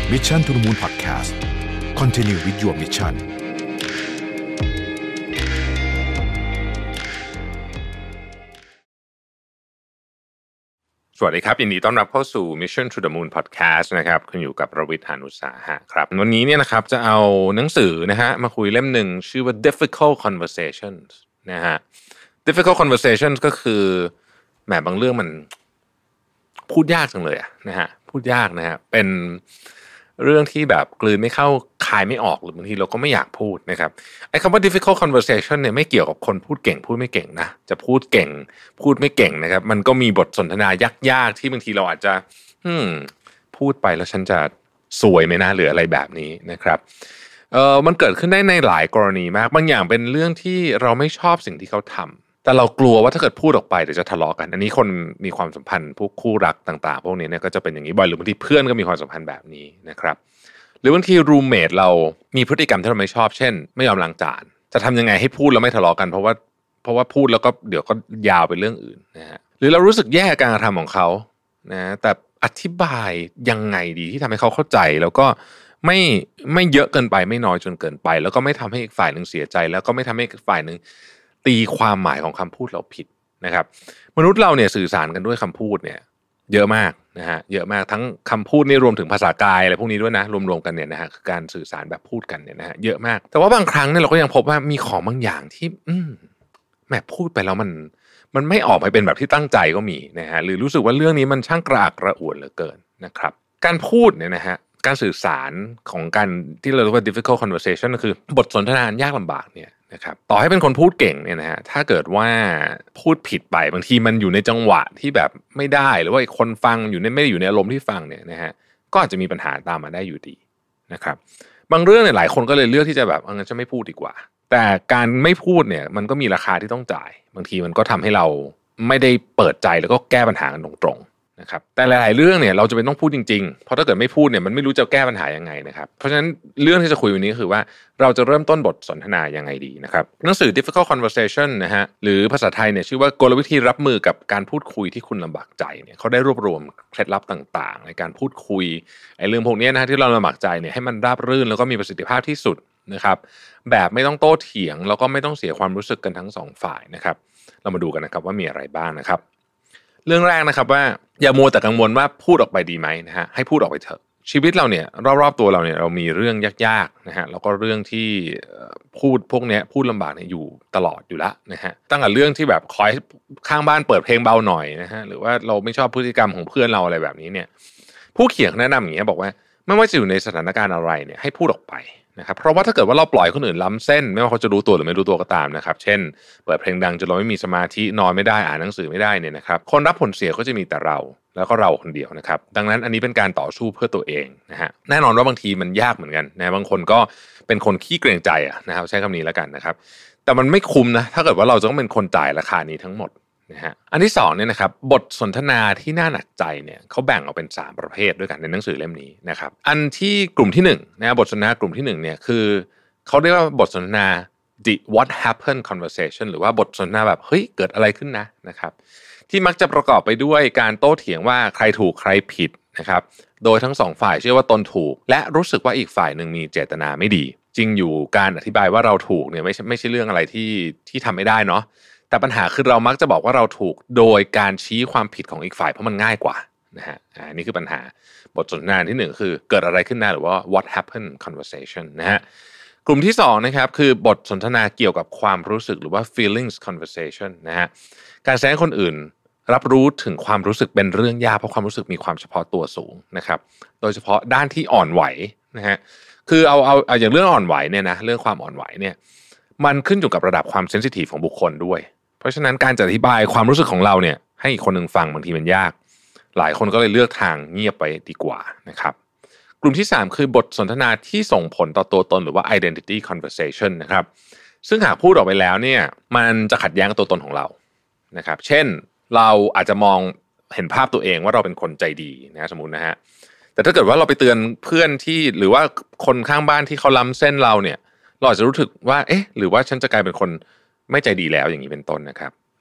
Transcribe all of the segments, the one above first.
Mission to the Moon Podcast Continue with your mission สวัสดีครับยินดีต้อนรับเข้าสู่ Mission to the Moon Podcast นะครับคุณอยู่กับประวิทย์ หาญอุตสาหะครับวันนี้เนี่ยนะครับจะเอาหนังสือนะฮะมาคุยเล่มหนึ่งชื่อว่า Difficult Conversations นะฮะ Difficult Conversations ก็คือแหมบางเรื่องมันพูดยากจังเลยนะฮะพูดยากนะฮะเป็นเรื่องที่แบบกลืนไม่เข้าคายไม่ออกหรือบางทีเราก็ไม่อยากพูดนะครับไอ้คำว่า difficult conversation เนี่ยไม่เกี่ยวกับคนพูดเก่งพูดไม่เก่งนะจะพูดเก่งพูดไม่เก่งนะครับมันก็มีบทสนทนายากๆที่บางทีเราอาจจะพูดไปแล้วฉันจะซวยไหมนะหรืออะไรแบบนี้นะครับมันเกิดขึ้นได้ในหลายกรณีมากบางอย่างเป็นเรื่องที่เราไม่ชอบสิ่งที่เขาทำแต่เรากลัวว่าถ้าเกิดพูดออกไปเดี๋ยวจะทะเลาะกันอันนี้คนมีความสัมพันธ์พวกคู่รักต่างๆพวกนี้เนี่ยก็จะเป็นอย่างนี้บ่อยหรือบางทีเพื่อนก็มีความสัมพันธ์แบบนี้นะครับหรือบางทีรูมเมทเรามีพฤติกรรมที่เราไม่ชอบเช่นไม่ยอมล้างจานจะทำยังไงให้พูดแล้วไม่ทะเลาะกันเพราะว่าพูดแล้วก็เดี๋ยวก็ยาวไปเรื่องอื่นนะฮะหรือเรารู้สึกแย่กับการกระทำของเขานะแต่อธิบายยังไงดีที่ทำให้เขาเข้าใจแล้วก็ไม่เยอะเกินไปไม่น้อยจนเกินไปแล้วก็ไม่ทำให้อีกฝ่ายนึงเสียใจแล้วก็ไม่ทำให้อีกฝ่ายนึงตีความหมายของคำพูดเราผิดนะครับมนุษย์เราเนี่ยสื่อสารกันด้วยคำพูดเนี่ยเยอะมากนะฮะเยอะมากทั้งคำพูดนี่รวมถึงภาษากายอะไรพวกนี้ด้วยนะรวมๆกันเนี่ยนะฮะคือการสื่อสารแบบพูดกันเนี่ยนะฮะเยอะมากแต่ว่าบางครั้งเนี่ยเราก็ยังพบว่ามีของบางอย่างที่แหมพูดไปแล้วมันไม่ออกมาเป็นแบบที่ตั้งใจก็มีนะฮะหรือรู้สึกว่าเรื่องนี้มันช่างกระอักกระอ่วนเหลือเกินนะครับการพูดเนี่ยนะฮะการสื่อสารของการที่เราเรียกว่า difficult conversation ก็คือบทสนทนายากลำบากเนี่ยนะครับต่อให้เป็นคนพูดเก่งเนี่ยนะฮะถ้าเกิดว่าพูดผิดไปบางทีมันอยู่ในจังหวะที่แบบไม่ได้หรือว่าคนฟังไม่ได้อยู่ในอารมณ์ที่ฟังเนี่ยนะฮะก็อาจจะมีปัญหาตามมาได้อยู่ดีนะครับบางเรื่องเนี่ยหลายคนก็เลยเลือกที่จะแบบงั้นจะไม่พูดดีกว่าแต่การไม่พูดเนี่ยมันก็มีราคาที่ต้องจ่ายบางทีมันก็ทำให้เราไม่ได้เปิดใจแล้วก็แก้ปัญหากันตรงๆนะครับแต่หลายๆเรื่องเนี่ยเราจะเป็นต้องพูดจริงๆเพราะถ้าเกิดไม่พูดเนี่ยมันไม่รู้จะแก้ปัญหายังไงนะครับเพราะฉะนั้นเรื่องที่จะคุยวันนี้คือว่าเราจะเริ่มต้นบทสนทนายังไงดีนะครับหนังสือ Difficult Conversation นะฮะหรือภาษาไทยเนี่ยชื่อว่ากลวิธีรับมือกับการพูดคุยที่คุณลำบากใจเนี่ยเขาได้รวบรวมเคล็ดลับต่างๆในการพูดคุยไอ้เรื่องพวกนี้นะฮะที่เราลำบากใจเนี่ยให้มันราบรื่นแล้วก็มีประสิทธิภาพที่สุดนะครับแบบไม่ต้องโต้เถียงแล้วก็ไม่ต้องเสียความรู้สึกกันทั้งสองฝ่ายนะครับเรามาดูกันนะครับว่ามีอะไรบ้างนะครับเรื่องแรกนะครับว่าอย่ามัวแต่กังวลว่าพูดออกไปดีไหมนะฮะให้พูดออกไปเถอะชีวิตเราเนี่ยรอบๆตัวเราเนี่ยเรามีเรื่องยากๆนะฮะแล้วก็เรื่องที่พูดพวกนี้พูดลำบากเนี่ยอยู่ตลอดอยู่แล้วนะฮะตั้งแต่เรื่องที่แบบคอยข้างบ้านเปิดเพลงเบาหน่อยนะฮะหรือว่าเราไม่ชอบพฤติกรรมของเพื่อนเราอะไรแบบนี้เนี่ยผู้เขียนแนะนำอย่างเงี้ยบอกว่าไม่ว่าจะอยู่ในสถานการณ์อะไรเนี่ยให้พูดออกไปนะครับเพราะว่าถ้าเกิดว่าเราปล่อยคนอื่นล้ำเส้นไม่ว่าเขาจะรู้ตัวหรือไม่รู้ตัวก็ตามนะครับเช่นเปิดเพลงดังจนเราไม่มีสมาธินอนไม่ได้อ่านหนังสือไม่ได้เนี่ยนะครับคนรับผลเสียก็จะมีแต่เราแล้วก็เราคนเดียวนะครับดังนั้นอันนี้เป็นการต่อสู้เพื่อตัวเองนะฮะแน่นอนว่าบางทีมันยากเหมือนกันนะบางคนก็เป็นคนขี้เกรงใจนะครับใช้คำนี้แล้วกันนะครับแต่มันไม่คุ้มนะถ้าเกิดว่าเราจะต้องเป็นคนจ่ายราคานี้ทั้งหมดนะฮะอันที่2เนี่ยนะครับบทสนทนาที่น่าหนักใจเนี่ยเขาแบ่งออกเป็น3ประเภทด้วยกันในหนังสือเล่มนี้นะครับอันที่กลุ่มที่1นะบทสนทนากลุ่มที่1เนี่ยคือเขาเรียกว่าบทสนทนา the what happened conversation หรือว่าบทสนทนาแบบเฮ้ยเกิดอะไรขึ้นนะครับที่มักจะประกอบไปด้วยการโต้เถียงว่าใครถูกใครผิดนะครับโดยทั้งสองฝ่ายเชื่อว่าตนถูกและรู้สึกว่าอีกฝ่ายหนึ่งมีเจตนาไม่ดีจริงอยู่การอธิบายว่าเราถูกเนี่ยไม่ใช่เรื่องอะไรที่ทำไม่ได้เนาะแต่ปัญหาคือเรามักจะบอกว่าเราถูกโดยการชี้ความผิดของอีกฝ่ายเพราะมันง่ายกว่านะฮะนี่คือปัญหาบทสนทนาที่1คือเกิดอะไรขึ้นนะหรือว่า what happened conversation นะฮะกลุ่มที่2นะครับคือบทสนทนาเกี่ยวกับความรู้สึกหรือว่า feelings conversation นะฮะการแสดงคนอื่นรับรู้ถึงความรู้สึกเป็นเรื่องยากเพราะความรู้สึกมีความเฉพาะตัวสูงนะครับโดยเฉพาะด้านที่อ่อนไหวนะฮะคือเอาอย่างเรื่องอ่อนไหวเนี่ยนะเรื่องความอ่อนไหวเนี่ยมันขึ้นอยู่กับระดับความเซนซิทีฟของบุคคลด้วยเพราะฉะนั้นการจะอธิบายความรู้สึกของเราเนี่ยให้อีกคนนึงฟังบางทีมันยากหลายคนก็เลยเลือกทางเงียบไปดีกว่านะครับกลุ่มที่3คือบทสนทนาที่ส่งผลต่อตัวตนหรือว่า identity conversation นะครับซึ่งหากพูดออกไปแล้วเนี่ยมันจะขัดแย้งกับตัวตนของเรานะครับเช่นเราอาจจะมองเห็นภาพตัวเองว่าเราเป็นคนใจดีนะสมมุตินะฮะแต่ถ้าเกิดว่าเราไปเตือนเพื่อนที่หรือว่าคนข้างบ้านที่เขาล้ำเส้นเราเนี่ยเราอาจจะรู้สึกว่าเอ๊ะหรือว่าฉันจะกลายเป็นคนไม่ใจดีแล้วอย่างนี้เป็นต้นนะครับ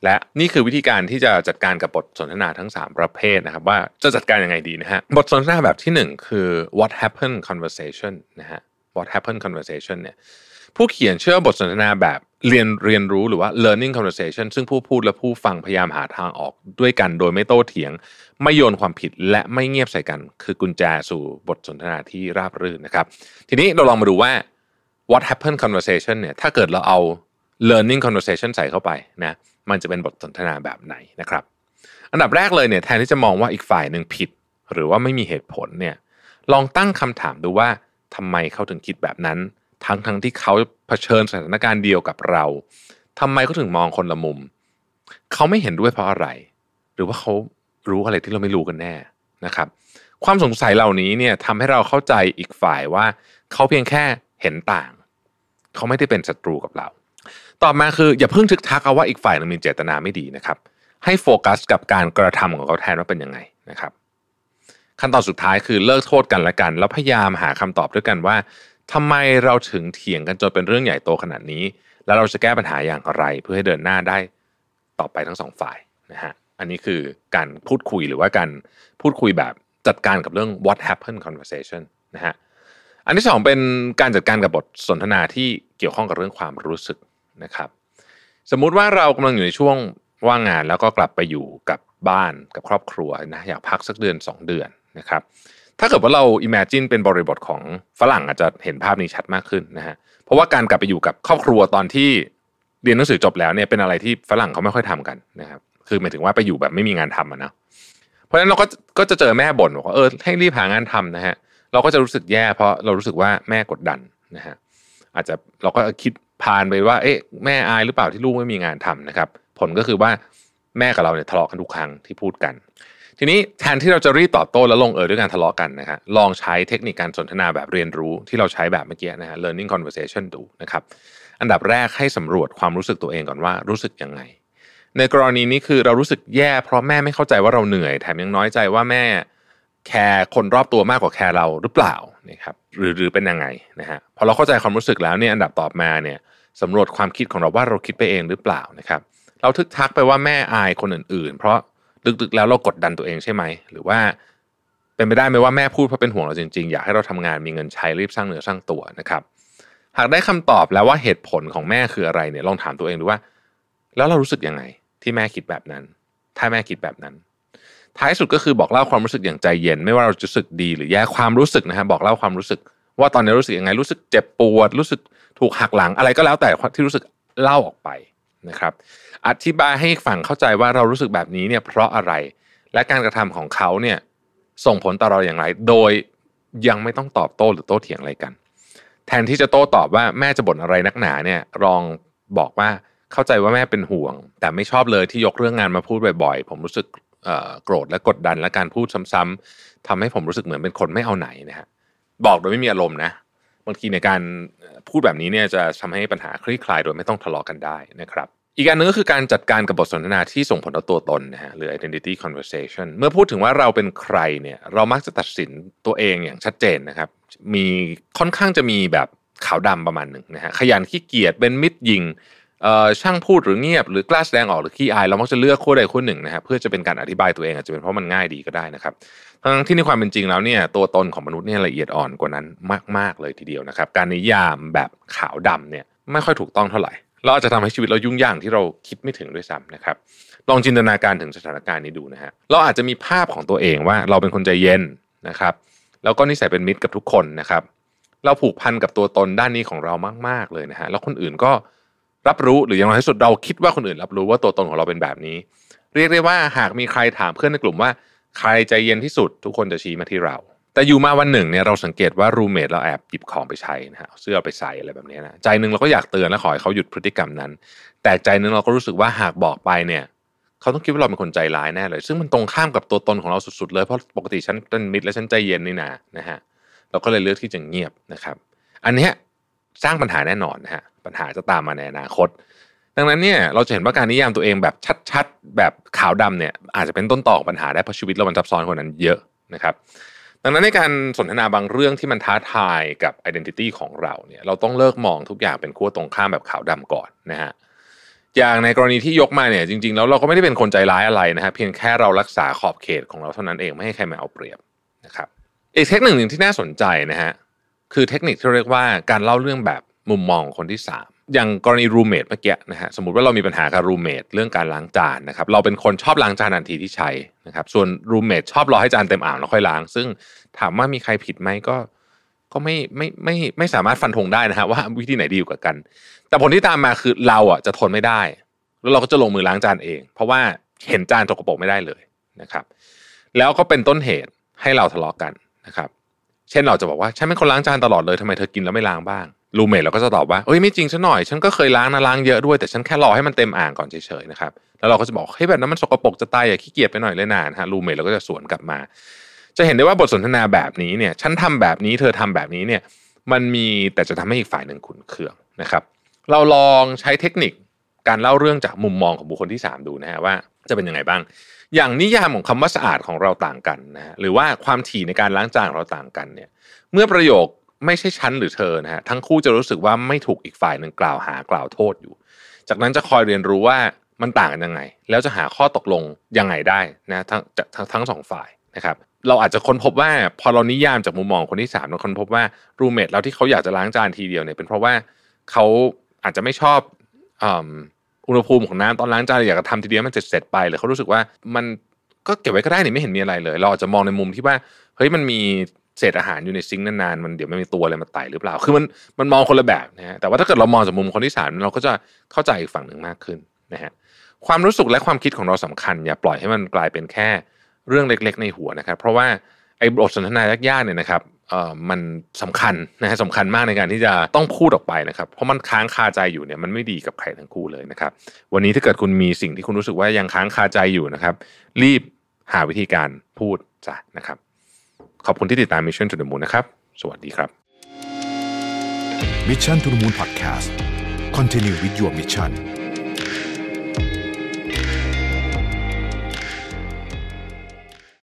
และนี่คือวิธีการที่จะจัดการกับบทสนทนาทั้ง3ประเภทนะครับว่าจะจัดการยังไงดีนะฮะบทสนทนาแบบที่1คือ what happened conversation นะฮะ what happened conversation เนี่ยผู้เขียนเชื่อบทสนทนาแบบเรียนรู้หรือว่า learning conversation ซึ่งผู้พูดและผู้ฟังพยายามหาทางออกด้วยกันโดยไม่โต้เถียงไม่โยนความผิดและไม่เงียบใส่กันคือกุญแจสู่บทสนทนาที่ราบรื่นนะครับทีนี้เราลองมาดูว่า what happened conversation เนี่ยถ้าเกิดเราเอา learning conversation ใส่เข้าไปนะมันจะเป็นบทสนทนาแบบไหนนะครับอันดับแรกเลยเนี่ยแทนที่จะมองว่าอีกฝ่ายหนึ่งผิดหรือว่าไม่มีเหตุผลเนี่ยลองตั้งคำถามดูว่าทำไมเขาถึงคิดแบบนั้นทั้งที่เขาเผชิญสถานการณ์เดียวกับเราทำไมเขาถึงมองคนละมุมเขาไม่เห็นด้วยเพราะอะไรหรือว่าเขารู้อะไรที่เราไม่รู้กันแน่นะครับความสงสัยเหล่านี้เนี่ยทำให้เราเข้าใจอีกฝ่ายว่าเขาเพียงแค่เห็นต่างเขาไม่ได้เป็นศัตรูกับเราต่อมาคืออย่าเพิ่งทึกทักเอาว่าอีกฝ่ายนึงมีเจตนาไม่ดีนะครับให้โฟกัสกับการกระทำของเขาแทนว่าเป็นยังไงนะครับขั้นตอนสุดท้ายคือเลิกโทษกันและกันแล้วพยายามหาคำตอบด้วยกันว่าทำไมเราถึงเถียงกันจนเป็นเรื่องใหญ่โตขนาดนี้แล้วเราจะแก้ปัญหาอย่างไรเพื่อให้เดินหน้าได้ต่อไปทั้งสองฝ่ายนะฮะอันนี้คือการพูดคุยหรือว่าการพูดคุยแบบจัดการกับเรื่อง what happened conversation นะฮะอันที่2เป็นการจัดการกับบทสนทนาที่เกี่ยวข้องกับเรื่องความรู้สึกนะครับสมมุติว่าเรากำลังอยู่ในช่วงว่างงานแล้วก็กลับไปอยู่กับบ้านกับครอบครัวนะอยากพักสักเดือน2เดือนนะครับถ้าเกิดว่าเรา imagine เป็นบริบทของฝรั่งอาจจะเห็นภาพนี้ชัดมากขึ้นนะฮะเพราะว่าการกลับไปอยู่กับครอบครัวตอนที่เรียนหนังสือจบแล้วเนี่ยเป็นอะไรที่ฝรั่งเขาไม่ค่อยทำกันนะครับคือหมายถึงว่าไปอยู่แบบไม่มีงานทำนะเพราะฉะนั้นเราก็จะเจอแม่บ่นบอกว่าให้รีบหางานทำนะฮะเราก็จะรู้สึกแย่เพราะเรารู้สึกว่าแม่กดดันนะฮะอาจจะเราก็คิดผ่านไปว่าแม่อายหรือเปล่าที่ลูกไม่มีงานทำนะครับผลก็คือว่าแม่กับเราเนี่ยทะเลาะกันทุกครั้งที่พูดกันทีนี้แทนที่เราจะรีบตอบโต้และลงด้วยการทะเลาะกันนะครับลองใช้เทคนิคการสนทนาแบบเรียนรู้ที่เราใช้แบบเมื่อกี้นะฮะ learning conversation ดูนะครับอันดับแรกให้สำรวจความรู้สึกตัวเองก่อนว่ารู้สึกยังไงในกรณีนี้คือเรารู้สึกแย่เพราะแม่ไม่เข้าใจว่าเราเหนื่อยแถมยังน้อยใจว่าแม่แคร์คนรอบตัวมากกว่าแคร์เราหรือเปล่านะครับหรือเป็นยังไงนะฮะพอเราเข้าใจความรู้สึกแล้วเนี่ยอันดับต่อมาเนี่ยสำรวจความคิดของเราว่าเราคิดไปเองหรือเปล่านะครับเราทึกทักไปว่าแม่อายคนอื่นๆเพราะลึกๆแล้วเรากดดันตัวเองใช่ไหมหรือว่าเป็นไปได้ไหมว่าแม่พูดเพราะเป็นห่วงเราจริงๆอยากให้เราทำงานมีเงินใช้รีบสร้างเนื้อสร้างตัวนะครับหากได้คำตอบแล้วว่าเหตุผลของแม่คืออะไรเนี่ยลองถามตัวเองดูว่าแล้วเรารู้สึกยังไงที่แม่คิดแบบนั้นถ้าแม่คิดแบบนั้นท้ายสุดก็คือบอกเล่าความรู้สึกอย่างใจเย็นไม่ว่าเราจะรู้สึกดีหรือแย่ความรู้สึกนะฮะบอกเล่าความรู้สึกว่าตอนนี้รู้สึกยังไงรู้สึกเจ็บปวดรู้สึกถูกหักหลังอะไรก็แล้วแต่ที่รู้สึกเล่าออกไปนะครับอธิบายให้ฝั่งเข้าใจว่าเรารู้สึกแบบนี้เนี่ยเพราะอะไรและการกระทำของเขาเนี่ยส่งผลต่อเราอย่างไรโดยยังไม่ต้องตอบโต้หรือโต้เถียงอะไรกันแทนที่จะโต้ตอบว่าแม่จะบ่นอะไรนักหนาเนี่ยลองบอกว่าเข้าใจว่าแม่เป็นห่วงแต่ไม่ชอบเลยที่ยกเรื่องงานมาพูดบ่อยๆผมรู้สึกโกรธและกดดันและการพูดซ้ำๆทำให้ผมรู้สึกเหมือนเป็นคนไม่เอาไหนนะฮะบอกโดยไม่มีอารมณ์นะบางทีในการพูดแบบนี้เนี่ยจะทำให้ปัญหาคลี่คลายโดยไม่ต้องทะเลาะกันได้นะครับอีกอันนึงก็คือการจัดการกับบทสนทนาที่ส่งผลต่อตัวตนนะฮะหรือ identity conversation เมื่อพูดถึงว่าเราเป็นใครเนี่ยเรามักจะตัดสินตัวเองอย่างชัดเจนนะครับมีค่อนข้างจะมีแบบขาวดำประมาณหนึ่งนะฮะขยันขี้เกียจเป็นมิตรยิงช่างพูดหรือเงียบหรือกล้าแสดงออกหรือขี้อายเรามักจะเลือกคู่ใดคู่หนึ่งนะฮะเพื่อจะเป็นการอธิบายตัวเองอาจจะเป็นเพราะมันง่ายดีก็ได้นะครับทั้งที่ในความเป็นจริงแล้วเนี่ยตัวตนของมนุษย์เนี่ยละเอียดอ่อนกว่านั้นมากๆเลยทีเดียวนะครับการนิยามแบบขาวดำเนี่ยไม่ค่อยถูกต้องเท่าไหร่เราอาจจะทำให้ชีวิตเรายุ่งยากที่เราคิดไม่ถึงด้วยซ้ำนะครับลองจินตนาการถึงสถานการณ์นี้ดูนะฮะเราอาจจะมีภาพของตัวเองว่าเราเป็นคนใจเย็นนะครับแล้วก็นิสัยเป็นมิตรกับทุกคนนะครับเราผูกพันกับตัวตนด้านนี้ของเรามากๆเลยนะฮะแล้วคนอื่นก็รับรู้หรืออย่างน้อยที่สุดเราคิดว่าคนอื่นรับรู้ว่าตัวตนของเราเป็นแบบนี้เรียกได้ว่าหากมีใครถามเพื่อนในกลุ่มว่าใครใจเย็นที่สุดทุกคนจะชี้มาที่เราแต่อยู่มาวันหนึ่งเนี่ยเราสังเกตว่ารูมเมทเราแอบหยิบของไปใช้นะฮะเสื้อไปใส่อะไรแบบนี้นะใจนึงเราก็อยากเตือนและขอให้เขาหยุดพฤติกรรมนั้นแต่ใจนึงเราก็รู้สึกว่าหากบอกไปเนี่ยเขาต้องคิดว่าเราเป็นคนใจร้ายแน่เลยซึ่งมันตรงข้ามกับตัวตนของเราสุดๆเลยเพราะปกติฉันเป็นมิตรและฉันใจเย็นนี่นะฮะเราก็เลยเลือกที่จะเงียบนะครับอันนี้สร้างปัญหาแน่นอนนะฮะปัญหาจะตามมาในอนาคตดังนั้นเนี่ยเราจะเห็นว่าการนิยามตัวเองแบบชัดๆแบบขาวดำเนี่ยอาจจะเป็นต้นตอของปัญหาได้เพราะชีวิตเรามันซับซ้อนกว่านั้นเยอะนะครับดังนั้นในการสนทนาบางเรื่องที่มันท้าทายกับ identity ของเราเนี่ยเราต้องเลิกมองทุกอย่างเป็นขั้วตรงข้ามแบบขาวดำก่อนนะฮะอย่างในกรณีที่ยกมาเนี่ยจริงๆแล้วเราก็ไม่ได้เป็นคนใจร้ายอะไรนะฮะเพียงแค่เรารักษาขอบเขตของเราเท่านั้นเองไม่ให้ใครมาเอาเปรียบนะครับอีกเทคนิคหนึ่งที่น่าสนใจนะฮะคือเทคนิคที่เรียกว่าการเล่าเรื่องแบบมุมมองของคนที่3อย่างกรณีรูมเมทเมื่อกี้นะฮะสมมุติว่าเรามีปัญหากับรูมเมทเรื่องการล้างจานนะครับเราเป็นคนชอบล้างจานทันทีที่ใช้นะครับส่วนรูมเมทชอบรอให้จานเต็มอ่างแล้วค่อยล้างซึ่งถามว่ามีใครผิดไหมก็ไม่สามารถฟันธงได้นะฮะว่าวิธีไหนดีกว่ากันแต่ผลที่ตามมาคือเราอ่ะจะทนไม่ได้แล้วเราก็จะลงมือล้างจานเองเพราะว่าเห็นจานสกปรกไม่ได้เลยนะครับแล้วก็เป็นต้นเหตุให้เราทะเลาะกันนะครับเช่นเราจะบอกว่าฉันเป็นคนล้างจานตลอดเลยทำไมเธอกินแล้วไม่ล้างบ้างรูมเมทเราก็จะตอบว่าเอ้ยไม่จริงซะหน่อยฉันก็เคยล้างนะล้างเยอะด้วยแต่ฉันแค่รอให้มันเต็มอ่างก่อนเฉยๆนะครับแล้วเราก็จะบอกเฮ้ยแบบนั้นมันสกปรกจะตายอย่าขี้เกียจไปหน่อยเลยนะฮะรูมเมทเราก็จะสวนกลับมาจะเห็นได้ว่าบทสนทนาแบบนี้เนี่ยฉันทำแบบนี้เธอทำแบบนี้เนี่ยมันมีแต่จะทำให้อีกฝ่ายหนึ่งขุ่นเคืองนะครับเราลองใช้เทคนิคการเล่าเรื่องจากมุมมองของบุคคลที่3ดูนะฮะว่าจะเป็นยังไงบ้างอย่างนิยามของคำว่าสะอาดของเราต่างกันนะฮะหรือว่าความถี่ในการล้างจานของเราต่างกันเนี่ยเมื่อประโยคไม่ใช่ฉันหรือเธอนะฮะทั้งคู่จะรู้สึกว่าไม่ถูกอีกฝ่ายหนึ่งกล่าวหากล่าวโทษอยู่จากนั้นจะคอยเรียนรู้ว่ามันต่างกันยังไงแล้วจะหาข้อตกลงยังไงได้นะทั้งสองฝ่ายนะครับเราอาจจะค้นพบว่าพอเรานิยามจากมุมมองคนที่3เราค้นพบว่ารูมเมทเราที่เขาอยากจะล้างจานทีเดียวเนี่ยเป็นเพราะว่าเขาอาจจะไม่ชอบอุณหภูมิของน้ำตอนล้างจานอยากจะทำทีเดียวมันเสร็จไปหรือเขารู้สึกว่ามันก็เก็บไว้ก็ได้นี่ไม่เห็นมีอะไรเลยเราอาจจะมองในมุมที่ว่าเฮ้ยมันมีเศษอาหารอยู่ในซิงค์นานๆมันเดี๋ยวมันมีตัวอะไรมาไต่หรือเปล่าคือมันมองคนละแบบนะฮะแต่ว่าถ้าเกิดเรามองจากมุมคนที่3เราก็จะเข้าใจอีกฝั่งหนึ่งมากขึ้นนะฮะความรู้สึกและความคิดของเราสำคัญอย่าปล่อยให้มันกลายเป็นแค่เรื่องเล็กๆในหัวนะครับเพราะว่าไอ้บทสนทนายากๆเนี่ยนะครับมันสำคัญนะฮะสำคัญมากในการที่จะต้องพูดออกไปนะครับเพราะมันค้างคาใจอยู่เนี่ยมันไม่ดีกับใครทั้งคู่เลยนะครับวันนี้ถ้าเกิดคุณมีสิ่งที่คุณรู้สึกว่ายังค้างคาใจอยู่นะครับรีบหาวิธีการพูดซะนะครับขอบคุณที่ติดตาม Mission to the Moon นะครับสวัสดีครับ Mission to the Moon Podcast Continue with your mission